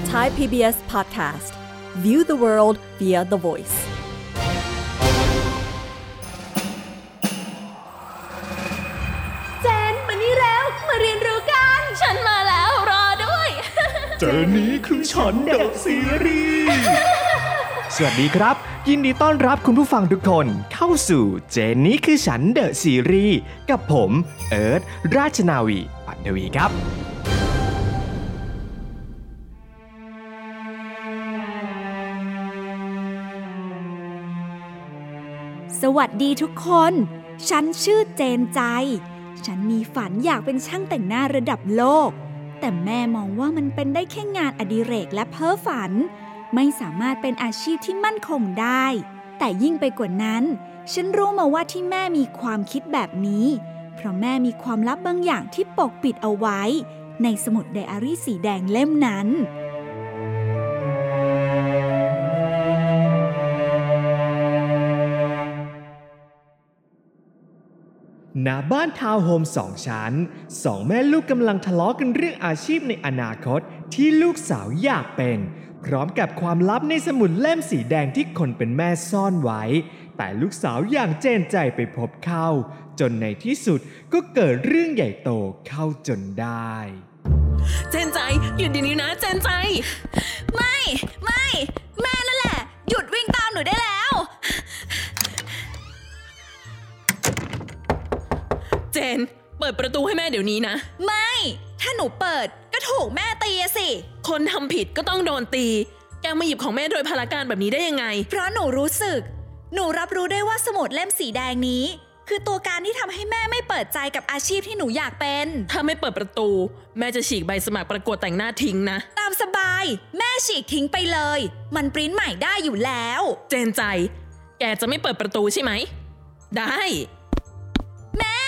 Thai PBS Podcast. View the world via the voice. เจนมานี่แล้วมาเรียนรู้กันฉันมาแล้วรอด้วยเจนนี้คือฉันเดอะซีรีส์สวัสดีครับยินดีต้อนรับคุณผู้ฟังทุกคนเข้าสู่เจนนี้คือฉันเดอะซีรีส์กับผมเอิร์ธราชนาวีปัทวีครับสวัสดีทุกคนฉันชื่อเจนใจฉันมีฝันอยากเป็นช่างแต่งหน้าระดับโลกแต่แม่มองว่ามันเป็นได้แค่งานอดิเรกและเพ้อฝันไม่สามารถเป็นอาชีพที่มั่นคงได้แต่ยิ่งไปกว่านั้นฉันรู้มาว่าที่แม่มีความคิดแบบนี้เพราะแม่มีความลับบางอย่างที่ปกปิดเอาไว้ในสมุดไดอารี่สีแดงเล่มนั้นณบ้านทาวน์โฮม2 ชั้น2 แม่ลูกกำลังทะเลาะกันเรื่องอาชีพในอนาคตที่ลูกสาวอยากเป็นพร้อมกับความลับในสมุดเล่มสีแดงที่คนเป็นแม่ซ่อนไว้แต่ลูกสาวอย่างเจนใจไปพบเข้าจนในที่สุดก็เกิดเรื่องใหญ่โตเข้าจนได้เจนใจหยุดเดี๋ยวนี้นะเจนใจไม่แม่นั่นแหละหยุดวิ่งตามหนูได้แล้วเจนเปิดประตูให้แม่เดี๋ยวนี้นะไม่ถ้าหนูเปิดก็ถูกแม่ตีสิคนทำผิดก็ต้องโดนตีแกมาหยิบของแม่โดยพลการแบบนี้ได้ยังไงเพราะหนูรับรู้ได้ว่าสมุดเล่มสีแดงนี้คือตัวการที่ทำให้แม่ไม่เปิดใจกับอาชีพที่หนูอยากเป็นถ้าไม่เปิดประตูแม่จะฉีกใบสมัครประกวดแต่งหน้าทิ้งนะตามสบายแม่ฉีกทิ้งไปเลยมันปริ้นใหม่ได้อยู่แล้วเจนใจแกจะไม่เปิดประตูใช่ไหมได้แม่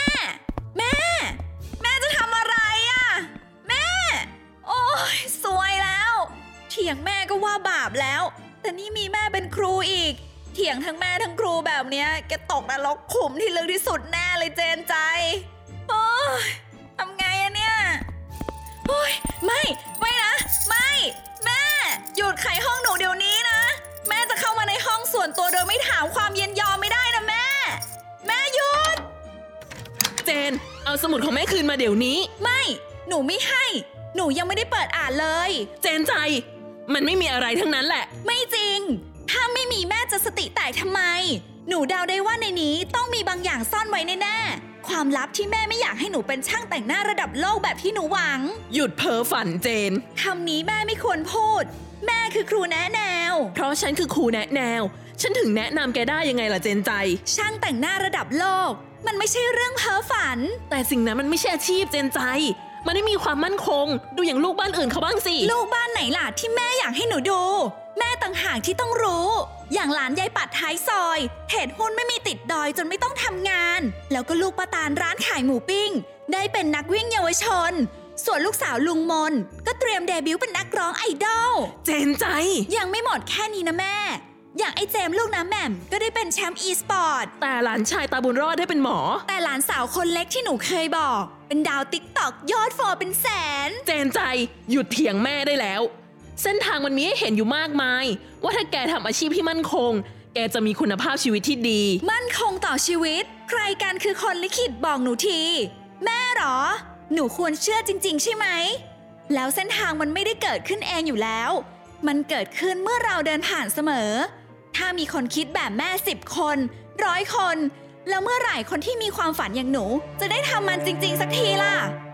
จะทำอะไรอ่ะแม่โอ๊ยสวยแล้วเถียงแม่ก็ว่าบาปแล้วแต่นี่มีแม่เป็นครูอีกเถียงทั้งแม่ทั้งครูแบบเนี้ยแกตกนรกขุมที่ลึกที่สุดแน่เลยเจนใจโอ๊ยทำไงอะเนี่ยโอ๊ยไม่นะไม่แม่หยุดไขห้องหนูเดี๋ยวนี้นะแม่จะเข้ามาในห้องส่วนตัวโดยไม่ถามความยินยอมไม่ได้นะแม่หยุดเจนเอาสมุดของแม่คืนมาเดี๋ยวนี้ไม่หนูไม่ให้หนูยังไม่ได้เปิดอ่านเลยเจนใจมันไม่มีอะไรทั้งนั้นแหละไม่จริงถ้าไม่มีแม่จะสติแตกทำไมหนูเดาได้ว่าในนี้ต้องมีบางอย่างซ่อนไว้แน่ๆความลับที่แม่ไม่อยากให้หนูเป็นช่างแต่งหน้าระดับโลกแบบที่หนูหวังหยุดเพ้อฝันเจนคำนี้แม่ไม่ควรพูดแม่คือครูแนะแนวเพราะฉันคือครูแนะแนวฉันถึงแนะนำแกได้ยังไงล่ะเจนใจช่างแต่งหน้าระดับโลกมันไม่ใช่เรื่องเพ้อฝันแต่สิ่งนั้นมันไม่ใช่อาชีพเจนใจมันไม่มีความมั่นคงดูอย่างลูกบ้านอื่นเขาบ้างสิลูกบ้านไหนล่ะที่แม่อยากให้หนูดูแม่ต่างหากที่ต้องรู้อย่างหลานยายปัดท้ายซอยเทรดหุ้นไม่มีติดดอยจนไม่ต้องทำงานแล้วก็ลูกป้าตาลร้านขายหมูปิ้งได้เป็นนักวิ่งเยาวชนส่วนลูกสาวลุงมนก็เตรียมเดบิวต์เป็นนักร้องไอดอลเจนใจยังไม่หมดแค่นี้นะแม่อย่างไอ้เจมลูกน้ำแหม่มก็ได้เป็นแชมป์อีสปอร์ตแต่หลานชายตาบุญรอดได้เป็นหมอแต่หลานสาวคนเล็กที่หนูเคยบอกเป็นดาวติ๊กต็อกยอดฟอลเป็นแสนเจนใจหยุดเถียงแม่ได้แล้วเส้นทางมันมีให้เห็นอยู่มากมายว่าถ้าแกทำอาชีพที่มั่นคงแกจะมีคุณภาพชีวิตที่ดีมั่นคงต่อชีวิตใครกันคือคนลิขิตบอกหนูทีแม่หรอหนูควรเชื่อจริงๆใช่ไหมแล้วเส้นทางมันไม่ได้เกิดขึ้นเองอยู่แล้วมันเกิดขึ้นเมื่อเราเดินผ่านเสมอถ้ามีคนคิดแบบแม่10 คน100 คนแล้วเมื่อไหร่คนที่มีความฝันอย่างหนูจะได้ทำมันจริงๆสักทีล่ะ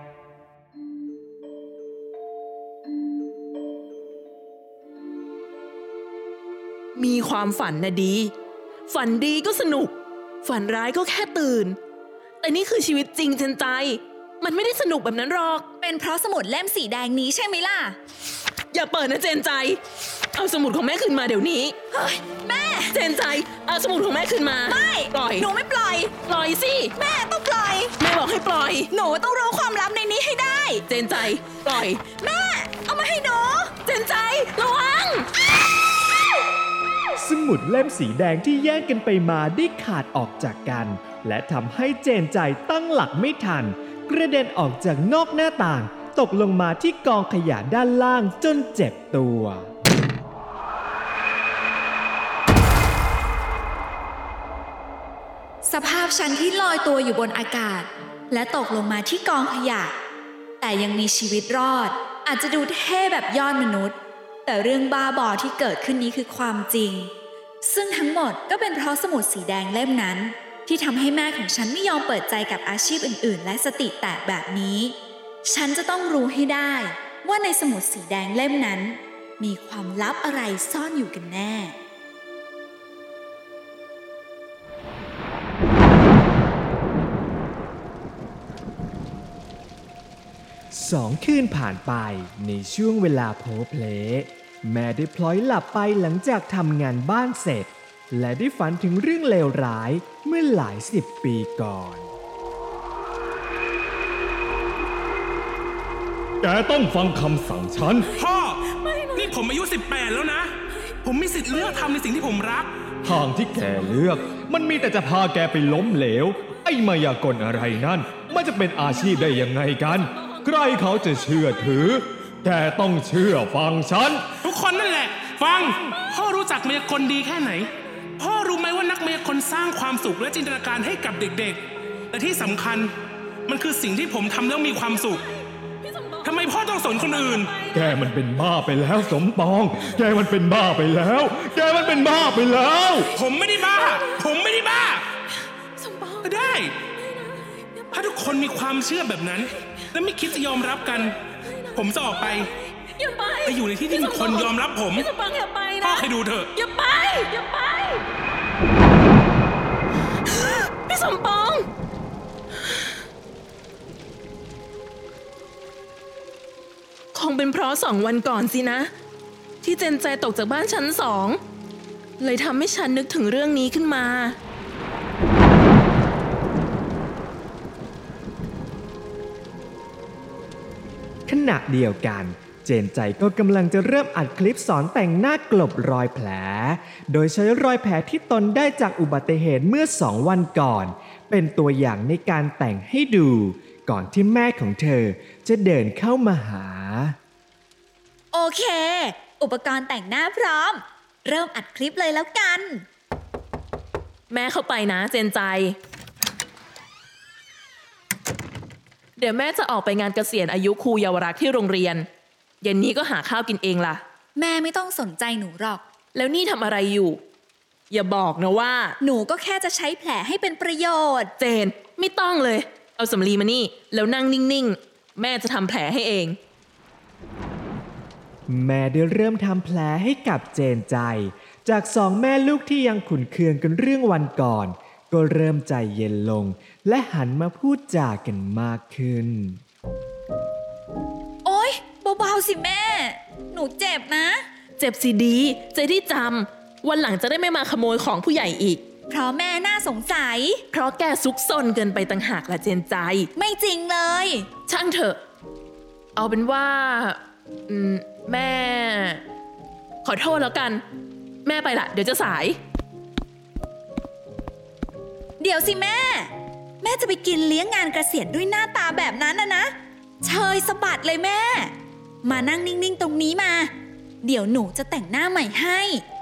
มีความฝันนะดีฝันดีก็สนุกฝันร้ายก็แค่ตื่นแต่นี่คือชีวิตจริงเจนใจมันไม่ได้สนุกแบบนั้นหรอกเป็นเพราะสมุดเล่มสีแดงนี้ใช่ไหมล่ะอย่าเปิดนะเจนใจเอาสมุดของแม่คืนมาเดี๋ยวนี้เฮ้ยแม่เจนใจเอาสมุดของแม่คืนมาไม่ปล่อยหนูไม่ปล่อยสิแม่ต้องปล่อยแม่บอกให้ปล่อยหนูต้องรู้ความลับในนี้ให้ได้เจนใจปล่อยแม่เอามาให้หนูเจนใจระวังสมุดเล่มสีแดงที่แย่งกันไปมาได้ขาดออกจากกันและทำให้เจนใจตั้งหลักไม่ทันกระเด็นออกจากนอกหน้าต่างตกลงมาที่กองขยะด้านล่างจนเจ็บตัวสภาพฉันที่ลอยตัวอยู่บนอากาศและตกลงมาที่กองขยะแต่ยังมีชีวิตรอดอาจจะดูเท่แบบยอดมนุษย์แต่เรื่องบ้าบอที่เกิดขึ้นนี้คือความจริงซึ่งทั้งหมดก็เป็นเพราะสมุดสีแดงเล่มนั้นที่ทำให้แม่ของฉันไม่ยอมเปิดใจกับอาชีพอื่นๆและสติแตกแบบนี้ฉันจะต้องรู้ให้ได้ว่าในสมุดสีแดงเล่มนั้นมีความลับอะไรซ่อนอยู่กันแน่ 2 คืนผ่านไปในช่วงเวลาโพลเพลแม่ได้พลอยหลับไปหลังจากทำงานบ้านเสร็จและได้ฝันถึงเรื่องเลวร้ายเมื่อหลาย10 ปีก่อนแกต้องฟังคำสั่งฉันพ่อนี่ผมอายุ18แล้วนะผมมีสิทธิ์เลือกทำในสิ่งที่ผมรักทางที่แกเลือกมันมีแต่จะพาแกไปล้มเหลวไอ้มายากลอะไรนั่นมันจะเป็นอาชีพได้ยังไงกันใครเขาจะเชื่อถือแกต้องเชื่อฟังฉันทุกคนนั่นแหละฟังพ่อรู้จักมายากลดีแค่ไหนพ่อรู้ไหมว่านักมายากลสร้างความสุขและจินตนาการให้กับเด็กๆแต่ที่สำคัญมันคือสิ่งที่ผมทำแล้วมีความสุขทำไมพ่อต้องสนคนอื่นแกมันเป็นบ้าไปแล้วสมปองแกมันเป็นบ้าไปแล้วแกมันเป็นบ้าไปแล้วผมไม่ได้บ้าสมปองได้ถ้าทุกคนมีความเชื่อแบบนั้นและไม่คิดจะยอมรับกันผมจะออกไปไปอยู่ในที่ที่มีคนยอมรับผมพี่สมปองอย่าไปนะพ่อให้ดูเถอะอย่าไปพี่สมปองคงเป็นเพราะ2 วันก่อนสินะที่เจนใจตกจากบ้านชั้น2เลยทำให้ฉันนึกถึงเรื่องนี้ขึ้นมาขณะเดียวกันเจนใจก็กำลังจะเริ่มอัดคลิปสอนแต่งหน้ากลบรอยแผลโดยใช้รอยแผลที่ตนได้จากอุบัติเหตุเมื่อ2 วันก่อนเป็นตัวอย่างในการแต่งให้ดูก่อนที่แม่ของเธอจะเดินเข้ามาหาโอเคอุปกรณ์แต่งหน้าพร้อมเริ่มอัดคลิปเลยแล้วกันแม่เข้าไปนะเจนใจเดี๋ยวแม่จะออกไปงานเกษียณอายุครูเยาวรักษ์ที่โรงเรียนเย็นนี้ก็หาข้าวกินเองล่ะแม่ไม่ต้องสนใจหนูหรอกแล้วนี่ทำอะไรอยู่อย่าบอกนะว่าหนูก็แค่จะใช้แผลให้เป็นประโยชน์เจนไม่ต้องเลยเอาสำลีมานี่แล้วนั่งนิ่งๆแม่จะทำแผลให้เองแม่ได้เริ่มทำแผลให้กับเจนใจจาก2 แม่ลูกที่ยังขุ่นเคืองกันเรื่องวันก่อนก็เริ่มใจเย็นลงและหันมาพูดจากันมากขึ้นโอ๊ยเบาๆสิแม่หนูเจ็บนะเจ็บสิดีจะได้จำวันหลังจะได้ไม่มาขโมยของผู้ใหญ่อีกเพราะแม่น่าสงสัยเพราะแกซุกซนเกินไปต่างหากละเจนใจไม่จริงเลยช่างเถอะเอาเป็นว่าแม่ขอโทษแล้วกันแม่ไปละเดี๋ยวจะสายเดี๋ยวสิแม่จะไปกินเลี้ยงงานเกษียณด้วยหน้าตาแบบนั้นนะเชยสะบัดเลยแม่มานั่งนิ่งๆตรงนี้มาเดี๋ยวหนูจะแต่งหน้าใหม่ให้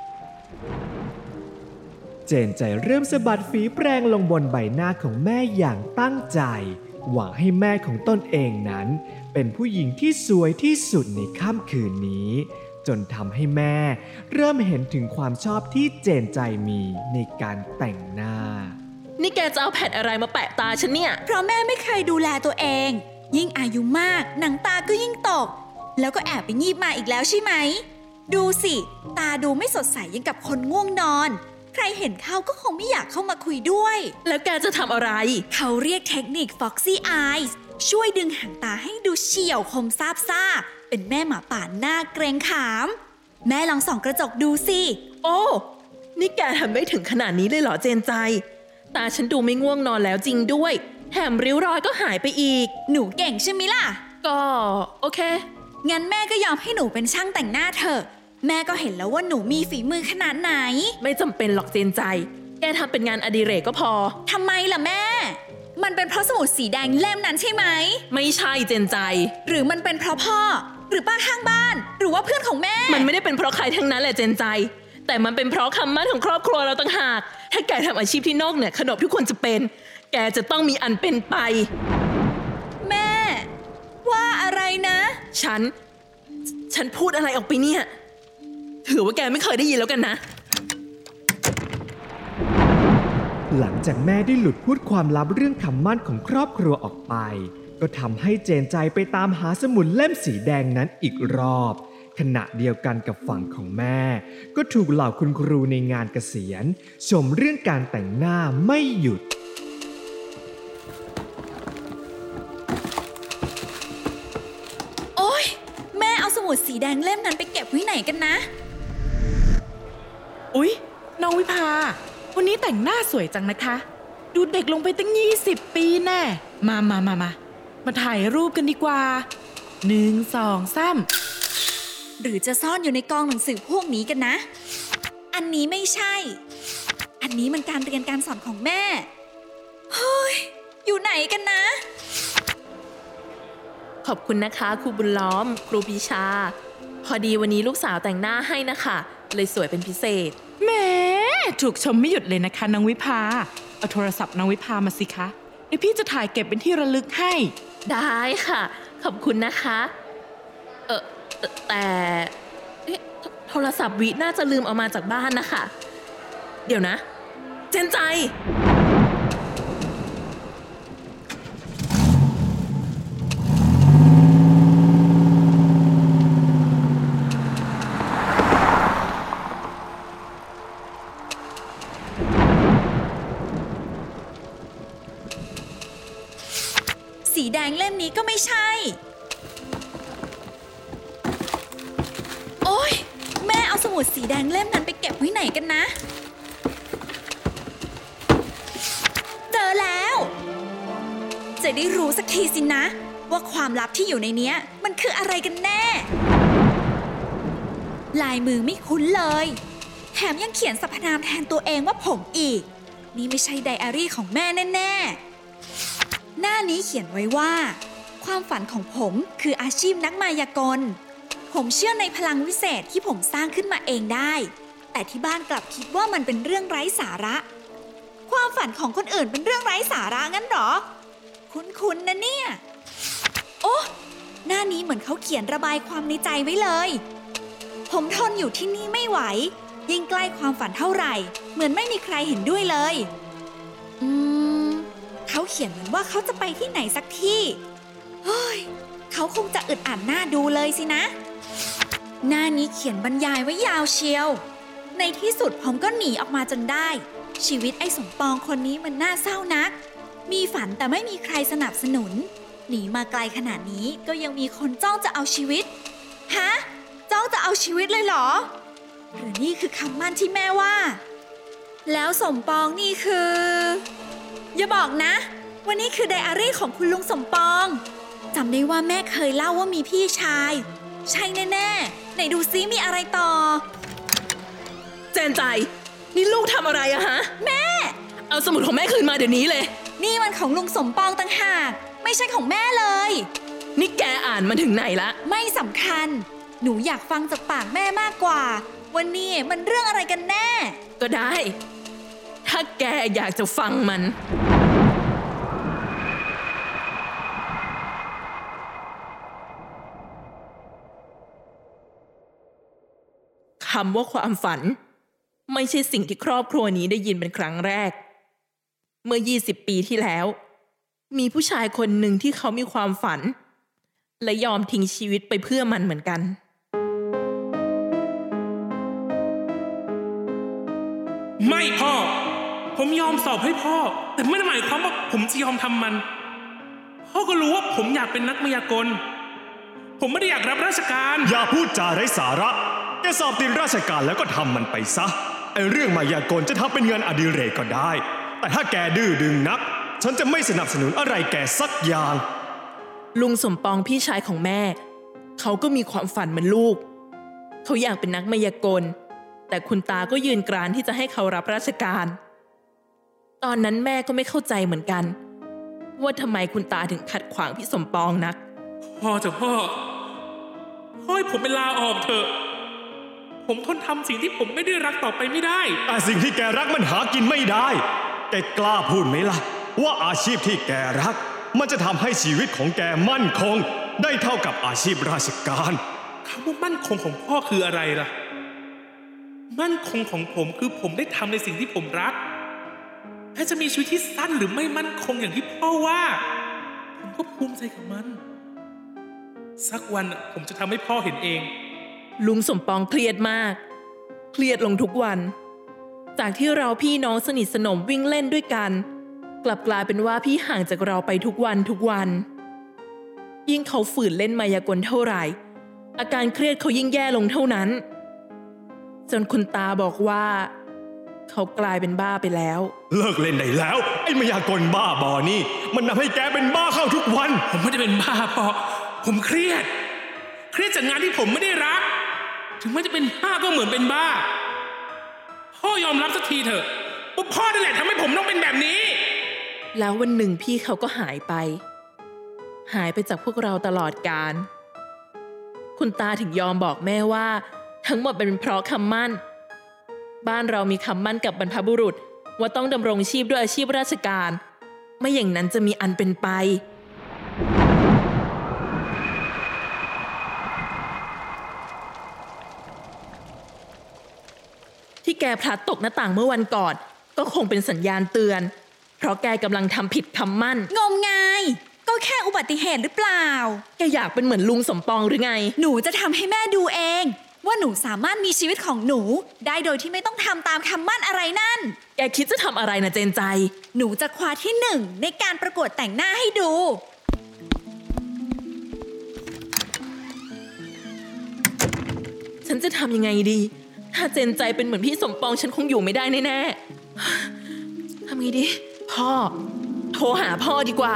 เจนใจเริ่มสะบัดฝีแปรงลงบนใบหน้าของแม่อย่างตั้งใจหวังให้แม่ของตนเองนั้นเป็นผู้หญิงที่สวยที่สุดในค่ำคืนนี้จนทำให้แม่เริ่มเห็นถึงความชอบที่เจนใจมีในการแต่งหน้านี่แกจะเอาแผ่นอะไรมาแปะตาฉันเนี่ยเพราะแม่ไม่เคยดูแลตัวเองยิ่งอายุมากหนังตาก็ยิ่งตกแล้วก็แอบไปงีบมาอีกแล้วใช่ไหมดูสิตาดูไม่สดใสยังกับคนง่วงนอนใครเห็นเข้าก็คงไม่อยากเข้ามาคุยด้วยแล้วแกจะทำอะไรเขาเรียกเทคนิค Foxy Eyes ช่วยดึงหางตาให้ดูเฉี่ยวคมซาบซ่าเป็นแม่หมาป่าหน้าเกรงขามแม่ลองส่องกระจกดูสิโอ้นี่แกทำได้ถึงขนาดนี้เลยเหรอเจนใจตาฉันดูไม่ง่วงนอนแล้วจริงด้วยแถมริ้วรอยก็หายไปอีกหนูเก่งใช่ไหมล่ะก็โอเคงั้นแม่ก็ยอมให้หนูเป็นช่างแต่งหน้าเถอะแม่ก็เห็นแล้วว่าหนูมีฝีมือขนาดไหนไม่จำเป็นหรอกเจนใจแกทำเป็นงานอดิเรกก็พอทำไมล่ะแม่มันเป็นเพราะสมุดสีแดงเล่มนั้นใช่ไหมไม่ใช่เจนใจหรือมันเป็นเพราะพ่อหรือป้าข้างบ้านหรือว่าเพื่อนของแม่มันไม่ได้เป็นเพราะใครทั้งนั้นแหละเจนใจแต่มันเป็นเพราะคำมั่นของครอบครัวเราต่างหากถ้าแกทำอาชีพที่นอกเหนือขนบที่ควรจะเป็นแกจะต้องมีอันเป็นไปแม่ว่าอะไรนะฉันพูดอะไรออกไปเนี่ยถือว่าแกไม่เคยได้ยินแล้วกันนะหลังจากแม่ได้หลุดพูดความลับเรื่องคำมั่นของครอบครัวออกไปก็ทำให้เจนใจไปตามหาสมุดเล่มสีแดงนั้นอีกรอบขณะเดียวกันกับฝั่งของแม่ก็ถูกเหล่าคุณครูในงานเกษียณชมเรื่องการแต่งหน้าไม่หยุดโอ๊ยแม่เอาสมุดสีแดงเล่มนั้นไปเก็บไว้ไหนกันนะอุ๊ยน้องวิภาวันนี้แต่งหน้าสวยจังนะคะดูเด็กลงไปตั้ง20 ปีแน่มาถ่ายรูปกันดีกว่า1 2 3 หรือจะซ่อนอยู่ในกองหนังสือพวกนี้กันนะอันนี้ไม่ใช่อันนี้มันการเรียนการสอนของแม่เฮ้ยอยู่ไหนกันนะขอบคุณนะคะครูบุญล้อมครูปีชาพอดีวันนี้ลูกสาวแต่งหน้าให้นะคะเลยสวยเป็นพิเศษแหมถูกชมไม่หยุดเลยนะคะน้องวิภาเอาโทรศัพท์น้องวิภามาสิคะเดี๋ยวพี่จะถ่ายเก็บเป็นที่ระลึกให้ได้ค่ะขอบคุณนะคะแต่โทรศัพท์วิน่าจะลืมเอามาจากบ้านนะคะเดี๋ยวนะเจนใจสีแดงเล่มนี้ก็ไม่ใช่โอ๊ยแม่เอาสมุดสีแดงเล่มนั้นไปเก็บไว้ไหนกันนะเจอแล้วจะได้รู้สักทีสินะว่าความลับที่อยู่ในเนี้ยมันคืออะไรกันแน่ลายมือไม่คุ้นเลยแถมยังเขียนสรรพนามแทนตัวเองว่าผมอีกนี่ไม่ใช่ไดอารี่ของแม่แน่ๆหน้านี้เขียนไว้ว่าความฝันของผมคืออาชีพนักมายากลผมเชื่อในพลังวิเศษที่ผมสร้างขึ้นมาเองได้แต่ที่บ้านกลับคิดว่ามันเป็นเรื่องไร้สาระความฝันของคนอื่นเป็นเรื่องไร้สาระงั้นหรอคุ้นๆนะเนี่ยโอ้หน้านี้เหมือนเขาเขียนระบายความในใจไว้เลยผมทนอยู่ที่นี่ไม่ไหวยิ่งใกล้ความฝันเท่าไหร่เหมือนไม่มีใครเห็นด้วยเลยเขาเขียนเหมือนว่าเขาจะไปที่ไหนสักที่เฮ้ยเขาคงจะอึดอัดหน้าดูเลยสินะหน้านี้เขียนบรรยายไว้ยาวเชียวในที่สุดผมก็หนีออกมาจนได้ชีวิตไอ้สมปองคนนี้มันน่าเศร้านักมีฝันแต่ไม่มีใครสนับสนุนหนีมาไกลขนาดนี้ก็ยังมีคนจ้องจะเอาชีวิตฮะจ้องจะเอาชีวิตเลยเหรอหรือนี่คือคำมั่นที่แม่ว่าแล้วสมปองนี่คืออย่าบอกนะว่านี่คือไดอารี่ของคุณลุงสมปองจำได้ว่าแม่เคยเล่าว่ามีพี่ชายใช่แน่ๆไหนดูซิมีอะไรต่อเจนใจนี่ลูกทำอะไรอะฮะแม่เอาสมุดของแม่คืนมาเดี๋ยวนี้เลยนี่มันของลุงสมปองต่างหากไม่ใช่ของแม่เลยนี่แกอ่านมาถึงไหนละไม่สำคัญหนูอยากฟังจากปากแม่มากกว่าวันนี้มันเรื่องอะไรกันแน่ก็ได้ถ้าแกอยากจะฟังมันคำว่าความฝันไม่ใช่สิ่งที่ครอบครัวนี้ได้ยินเป็นครั้งแรกเมื่อ20 ปีที่แล้วมีผู้ชายคนหนึ่งที่เขามีความฝันและยอมทิ้งชีวิตไปเพื่อมันเหมือนกันไม่พ่อผมยอมสอบให้พ่อแต่ไม่ได้หมายความว่าผมจะยอมทำมันพ่อก็รู้ว่าผมอยากเป็นนักมายากลผมไม่ได้อยากรับราชการอย่าพูดจาไร้สาระแกสอบติดราชการแล้วก็ทำมันไปซะไอ้เรื่องมายากลจะทำเป็นงานอดิเรกก็ได้แต่ถ้าแกดื้อดึงนักฉันจะไม่สนับสนุนอะไรแกสักอย่างลุงสมปองพี่ชายของแม่เขาก็มีความฝันเหมือนลูกเขาอยากเป็นนักมายากลแต่คุณตาก็ยืนกรานที่จะให้เขารับราชการตอนนั้นแม่ก็ไม่เข้าใจเหมือนกันว่าทำไมคุณตาถึงขัดขวางพี่สมปองนักพ่อให้ผมไปลาออกเถอะผมทนทำสิ่งที่ผมไม่ได้รักต่อไปไม่ได้แต่สิ่งที่แกรักมันหากินไม่ได้แกกล้าพูดไหมล่ะว่าอาชีพที่แกรักมันจะทำให้ชีวิตของแกมั่นคงได้เท่ากับอาชีพราชการคำว่ามั่นคงของพ่อคืออะไรล่ะมั่นคงของผมคือผมได้ทำในสิ่งที่ผมรักแม้จะมีชีวิตที่สั้นหรือไม่มั่นคงอย่างที่พ่อว่าผมก็ภูมิใจกับมันสักวันผมจะทำให้พ่อเห็นเองลุงสมปองเครียดมากเครียดลงทุกวันจากที่เราพี่น้องสนิทสนมวิ่งเล่นด้วยกันกลับกลายเป็นว่าพี่ห่างจากเราไปทุกวันยิ่งเขาฝืนเล่นมายากลเท่าไหร่อาการเครียดเขายิ่งแย่ลงเท่านั้นจนคุณตาบอกว่าเขากลายเป็นบ้าไปแล้วเลิกเล่นได้แล้วไอ้มายากลบ้าบอนี่มันทำให้แกเป็นบ้าเข้าทุกวันผมไม่ได้เป็นบ้าพ่อผมเครียดจากงานที่ผมไม่ได้รักถึงแม้จะเป็นบ้าก็เหมือนเป็นบ้าพ่อยอมรับสักทีเถอะว่าพ่อนั่นแหละทำให้ผมต้องเป็นแบบนี้แล้ววันหนึ่งพี่เขาก็หายไปจากพวกเราตลอดกาลคุณตาถึงยอมบอกแม่ว่าทั้งหมดเป็นเพราะคำมั่นบ้านเรามีคำมั่นกับบรรพบุรุษว่าต้องดำรงชีพด้วยอาชีพราชการไม่อย่างนั้นจะมีอันเป็นไปที่แกพลัดตกหน้าต่างเมื่อวันก่อนก็คงเป็นสัญญาณเตือนเพราะแกกำลังทำผิดคำมั่นงมงายก็แค่อุบัติเหตุหรือเปล่าแกอยากเป็นเหมือนลุงสมปองหรือไงหนูจะทำให้แม่ดูเองว่าหนูสามารถมีชีวิตของหนูได้โดยที่ไม่ต้องทำตามคำมั่นอะไรนั่นแกคิดจะทำอะไรนะเจนใจหนูจะคว้าที่1ในการประกวดแต่งหน้าให้ดูฉันจะทำยังไงดีถ้าเจนใจเป็นเหมือนพี่สมปองฉันคงอยู่ไม่ได้แน่ๆทำไงดีพ่อโทรหาพ่อดีกว่า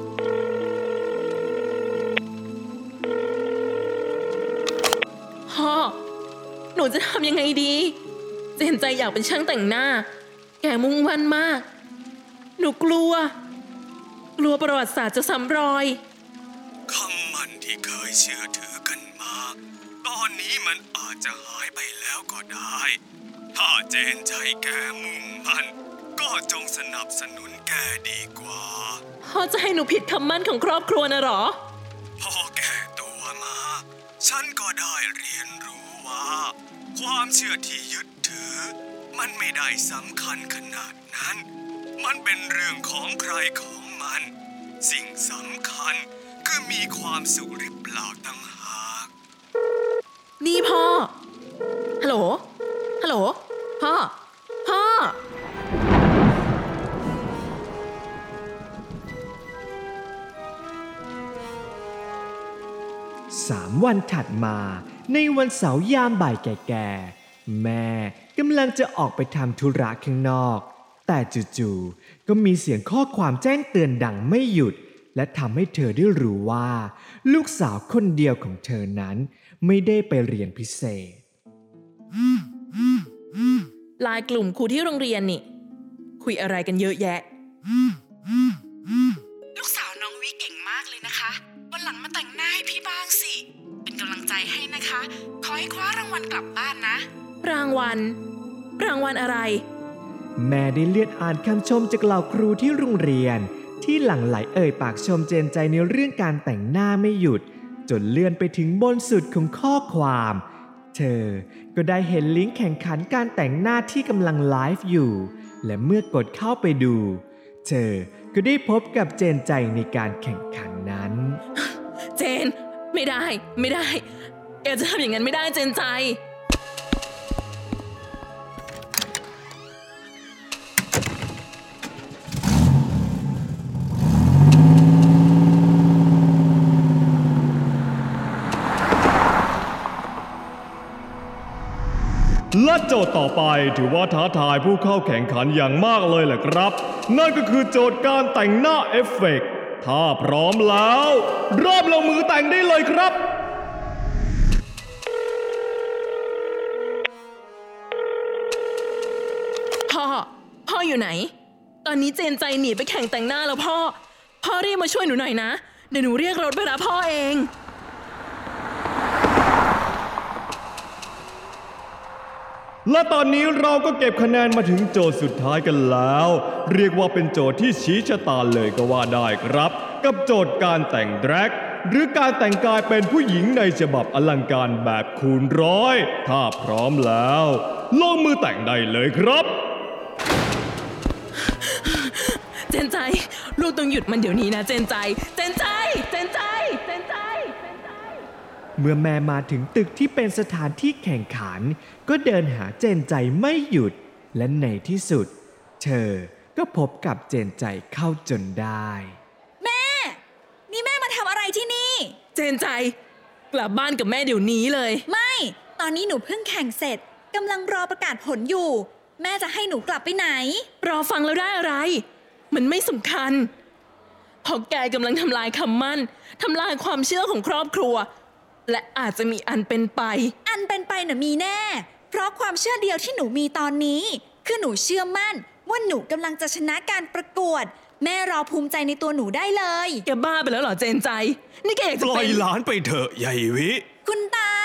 พ่อหนูจะทำยังไงดีเจนใจอยากเป็นช่างแต่งหน้าแกมุ่งมั่นมากหนูกลัวประวัติศาสตร์จะซ้ำรอยคำมั่นที่เคยเชื่อถือกันมาตอนนี้มันอาจจะหายไปแล้วก็ได้ถ้าเจนใจแกมุ่งมั่นก็จงสนับสนุนแกดีกว่าพ่อจะให้หนูผิดคำมั่นของครอบครัวนะหรอพอแก่ตัวมาฉันก็ได้เรียนรู้ว่าความเชื่อที่ยึดถือมันไม่ได้สำคัญขนาดนั้นมันเป็นเรื่องของใครของมันสิ่งสำคัญคือมีความสุขหรือเปล่าต่างหากนี่พ่อฮัลโหลพ่อ 3 วันถัดมาในวันเสาร์ยามบ่ายแก่ๆแม่กำลังจะออกไปทำธุระข้างนอกแต่จู่ๆก็มีเสียงข้อความแจ้งเตือนดังไม่หยุดและทำให้เธอได้รู้ว่าลูกสาวคนเดียวของเธอนั้นไม่ได้ไปเรียนพิเศษไลน์กลุ่มครูที่โรงเรียนนี่คุยอะไรกันเยอะแยะลูกสาวน้องวิเก่งมากเลยนะคะวันหลังมาแต่งหน้าให้พี่บ้างสิเป็นกำลังใจให้นะคะขอให้คว้ารางวัลกลับบ้านนะรางวัลอะไรแม่ได้เลื่อนอ่านคำชมจากเหล่าครูที่โรงเรียนที่หลั่งไหลเอ่ยปากชมเจนใจในเรื่องการแต่งหน้าไม่หยุดจนเลื่อนไปถึงบนสุดของข้อความเธอก็ได้เห็นลิงก์แข่งขันการแต่งหน้าที่กำลังไลฟ์อยู่และเมื่อกดเข้าไปดูเธอก็ได้พบกับเจนใจในการแข่งขันนั้นเจนไม่ได้แกจะทำอย่างนั้นไม่ได้เจนใจและโจทย์ต่อไปถือว่าท้าทายผู้เข้าแข่งขันอย่างมากเลยแหละครับนั่นก็คือโจทย์การแต่งหน้าเอฟเฟกต์ถ้าพร้อมแล้วเริ่มลงมือแต่งได้เลยครับพ่ออยู่ไหนตอนนี้เจนใจหนีไปแข่งแต่งหน้าแล้วพ่อพ่อรีบมาช่วยหนูหน่อยนะเดี๋ยวหนูเรียกรถไปรับพ่อเองและตอนนี้เราก็เก็บคะแนนมาถึงโจทย์สุดท้ายกันแล้วเรียกว่าเป็นโจทย์ที่ชี้ชะตาเลยก็ว่าได้ครับกับโจทย์การแต่งแดร็กหรือการแต่งกายเป็นผู้หญิงในฉบับอลังการแบบคูณร้อยถ้าพร้อมแล้วลงมือแต่งได้เลยครับเจนใจลูกต้องหยุดมันเดี๋ยวนี้นะเจนใจเจนใจเจนใจเจนใจเมื่อแม่มาถึงตึกที่เป็นสถานที่แข่งขันก็เดินหาเจนใจไม่หยุดและในที่สุดเธอก็พบกับเจนใจเข้าจนได้แม่นี่แม่มาทำอะไรที่นี่เจนใจกลับบ้านกับแม่เดี๋ยวนี้เลยไม่ตอนนี้หนูเพิ่งแข่งเสร็จกำลังรอประกาศผลอยู่แม่จะให้หนูกลับไปไหนรอฟังแล้วได้อะไรมันไม่สำคัญเพราะแกกำลังทำลายคำมั่นทำลายความเชื่อของครอบครัวและอาจจะมีอันเป็นไปน่ะมีแน่เพราะความเชื่อเดียวที่หนูมีตอนนี้คือหนูเชื่อมั่นว่าหนูกำลังจะชนะการประกวดแม่รอภูมิใจในตัวหนูได้เลยแกบ้าไปแล้วเหรอเจนใจนี่แกอยากจะปล่อยหลานไปเถอะยายวิคุณตา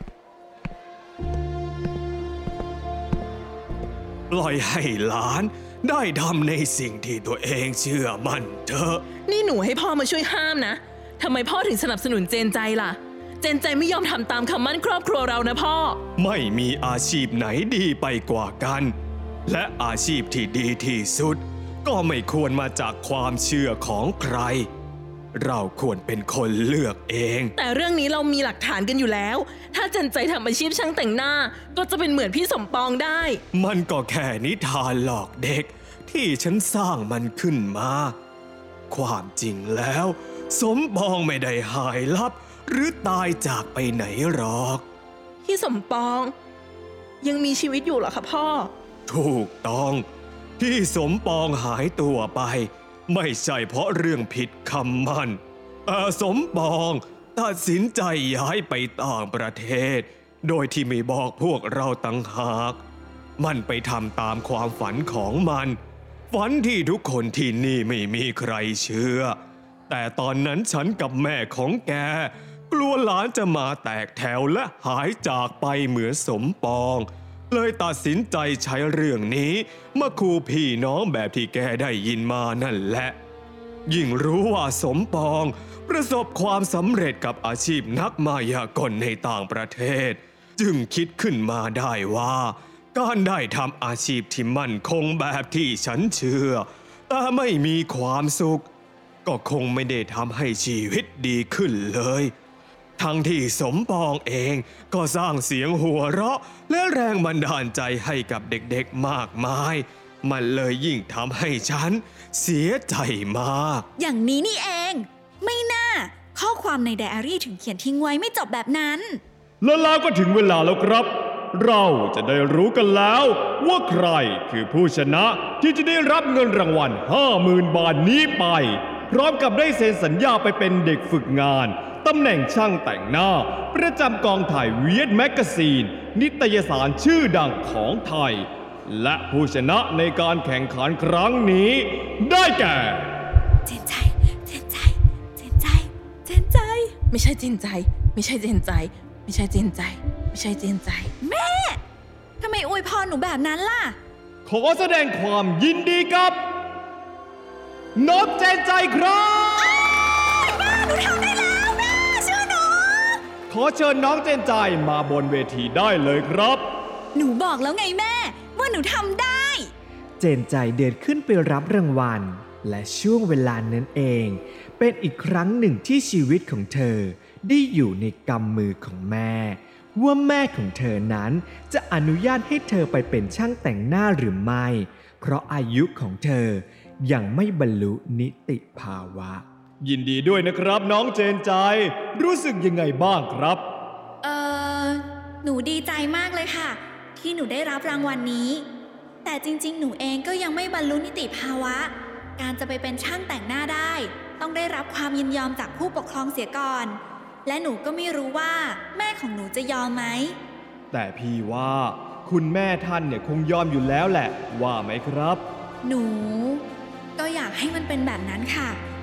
ปล่อยให้หลานได้ทำในสิ่งที่ตัวเองเชื่อมั่นเถอะนี่หนูให้พ่อมาช่วยห้ามนะทำไมพ่อถึงสนับสนุนเจนใจล่ะเจนใจไม่ยอมทำตามคำมั่นครอบครัวเรานะพ่อไม่มีอาชีพไหนดีไปกว่ากันและอาชีพที่ดีที่สุดก็ไม่ควรมาจากความเชื่อของใครเราควรเป็นคนเลือกเองแต่เรื่องนี้เรามีหลักฐานกันอยู่แล้วถ้าเจนใจทำอาชีพช่างแต่งหน้าก็จะเป็นเหมือนพี่สมปองได้มันก็แค่นิทานหลอกเด็กที่ฉันสร้างมันขึ้นมาความจริงแล้วสมปองไม่ได้หายลับหรือตายจากไปไหนหรอกพี่สมปองยังมีชีวิตอยู่เหรอคะพ่อถูกต้องที่สมปองหายตัวไปไม่ใช่เพราะเรื่องผิดคำมั่นแต่สมปองตัดสินใจย้ายไปต่างประเทศโดยที่ไม่บอกพวกเราต่างหากมันไปทำตามความฝันของมันฝันที่ทุกคนที่นี่ไม่มีใครเชื่อแต่ตอนนั้นฉันกับแม่ของแกกลัวหลานจะมาแตกแถวและหายจากไปเหมือนสมปองเลยตัดสินใจใช้เรื่องนี้มาขู่พี่น้องแบบที่แกได้ยินมานั่นแหละยิ่งรู้ว่าสมปองประสบความสำเร็จกับอาชีพนักมายากลในต่างประเทศจึงคิดขึ้นมาได้ว่าการได้ทำอาชีพที่มั่นคงแบบที่ฉันเชื่อแต่ไม่มีความสุขก็คงไม่ได้ทำให้ชีวิตดีขึ้นเลยทั้งที่สมปองเองก็สร้างเสียงหัวเราะและแรงบันดาลใจให้กับเด็กๆมากมายมันเลยยิ่งทำให้ฉันเสียใจมากอย่างนี้นี่เองไม่น่าข้อความในไดอารี่ถึงเขียนทิ้งไว้ไม่จบแบบนั้นแล้วก็ถึงเวลาแล้วครับเราจะได้รู้กันแล้วว่าใครคือผู้ชนะที่จะได้รับเงินรางวัล 50,000 บาทนี้ไปพร้อมกับได้เซ็นสัญญาไปเป็นเด็กฝึกงานตำแหน่งช่างแต่งหน้าประจำกองถ่ายเวียดแมกกาซีนนิตยสารชื่อดังของไทยและผู้ชนะในการแข่งขันครั้งนี้ได้แก่เจนใจเจนใจเจนใจเจนใจไม่ใช่เจนใจไม่ใช่เจนใจไม่ใช่เจนใจไม่ใช่เจนใจแม่ทำไมอวยพรหนูแบบนั้นล่ะขอแสดงความยินดีกับน้องเจนใจครับแม่หนูทำได้แล้วแม่ชื่อหนูขอเชิญน้องเจนใจมาบนเวทีได้เลยครับหนูบอกแล้วไงแม่ว่าหนูทำได้เจนใจเดินขึ้นไปรับรางวัลและช่วงเวลานั้นเองเป็นอีกครั้งหนึ่งที่ชีวิตของเธอได้อยู่ในกำมือของแม่ว่าแม่ของเธอนั้นจะอนุญาตให้เธอไปเป็นช่างแต่งหน้าหรือไม่เพราะอายุของเธอยังไม่บรรลุนิติภาวะยินดีด้วยนะครับน้องเจนใจรู้สึกยังไงบ้างครับหนูดีใจมากเลยค่ะที่หนูได้รับรางวัลนี้แต่จริงๆหนูเองก็ยังไม่บรรลุนิติภาวะการจะไปเป็นช่างแต่งหน้าได้ต้องได้รับความยินยอมจากผู้ปกครองเสียก่อนและหนูก็ไม่รู้ว่าแม่ของหนูจะยอมไหมแต่พี่ว่าคุณแม่ท่านเนี่ยคงยอมอยู่แล้วแหละว่าไหมครับหนูก็อยากให้มันเป็นแบบนั้นค่ะ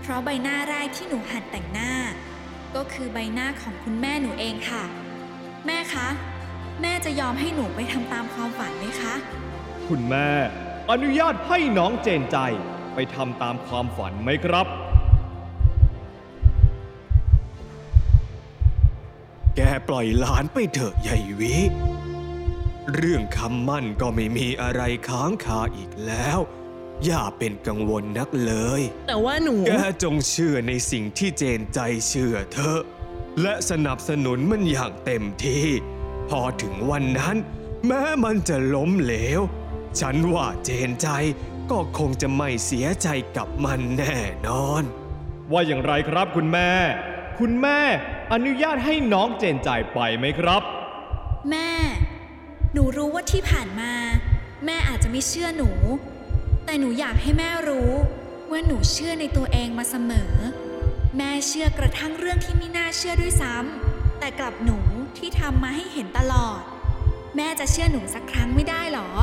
เพราะใบหน้าแรกที่หนูหัดแต่งหน้าก็คือใบหน้าของคุณแม่หนูเองค่ะแม่คะแม่จะยอมให้หนูไปทำตามความฝันไหมคะคุณแม่อนุญาตให้น้องเจนใจไปทำตามความฝันไหมครับแกปล่อยหลานไปเถอะใหญ่วิ เรื่องคำมั่นก็ไม่มีอะไรค้างคาอีกแล้ว อย่าเป็นกังวลนักเลยแต่ว่าหนูแกจงเชื่อในสิ่งที่เจนใจเชื่อเถอะและสนับสนุนมันอย่างเต็มที่พอถึงวันนั้นแม้มันจะล้มเหลวฉันว่าเจนใจก็คงจะไม่เสียใจกับมันแน่นอนว่าอย่างไรครับคุณแม่ คุณแม่อนุญาตให้น้องเจนใจไปไหมครับแม่หนูรู้ว่าที่ผ่านมาแม่อาจจะไม่เชื่อหนูแต่หนูอยากให้แม่รู้ว่าหนูเชื่อในตัวเองมาเสมอแม่เชื่อกระทั่งเรื่องที่ไม่น่าเชื่อด้วยซ้ำแต่กลับหนูที่ทำมาให้เห็นตลอดแม่จะเชื่อหนูสักครั้งไม่ได้หรอ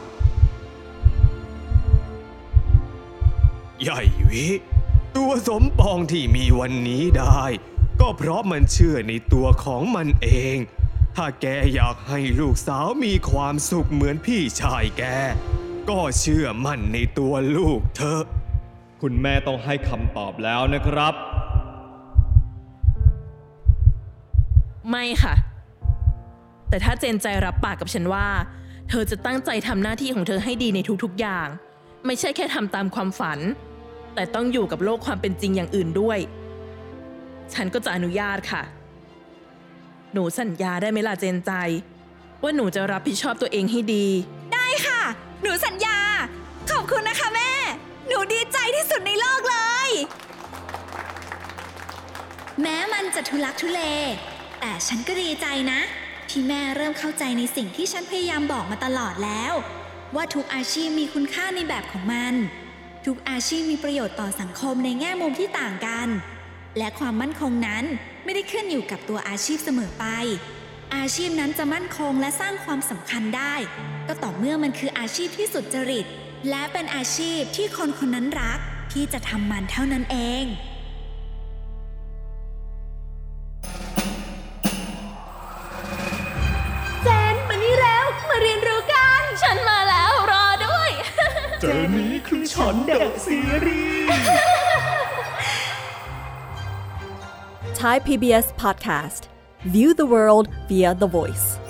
ใหญ่วิตัวสมปองที่มีวันนี้ได้ก็เพราะมันเชื่อในตัวของมันเองถ้าแกอยากให้ลูกสาวมีความสุขเหมือนพี่ชายแกก็เชื่อมั่นในตัวลูกเถอะคุณแม่ต้องให้คำตอบแล้วนะครับไม่ค่ะ แต่ถ้าเจนใจรับปากกับฉันว่าเธอจะตั้งใจทำหน้าที่ของเธอให้ดีในทุกๆอย่างไม่ใช่แค่ทำตามความฝันแต่ต้องอยู่กับโลกความเป็นจริงอย่างอื่นด้วยฉันก็จะอนุญาตค่ะหนูสัญญาได้ไหมล่ะเจนใจว่าหนูจะรับผิดชอบตัวเองให้ดีได้ค่ะหนูสัญญาขอบคุณนะคะแม่หนูดีใจที่สุดในโลกเลยแม้มันจะทุลักทุเลแต่ฉันก็ดีใจนะที่แม่เริ่มเข้าใจในสิ่งที่ฉันพยายามบอกมาตลอดแล้วว่าทุกอาชีพมีคุณค่าในแบบของมันทุกอาชีพมีประโยชน์ต่อสังคมในแง่มุมที่ต่างกันและความมั่นคงนั้นไม่ได้ขึ้นอยู่กับตัวอาชีพเสมอไปอาชีพนั้นจะมั่นคงและสร้างความสำคัญได้ก็ต่อเมื่อมันคืออาชีพที่สุจริตและเป็นอาชีพที่คนคนนั้นรักที่จะทำมันเท่านั้นเองเจนมานี่แล้วมาเรียนรู้กันฉันมาแล้วรอด้วยเจอนี้คือช็อตเด็กซีรีส์ Thai PBS Podcast. View the world via the voice.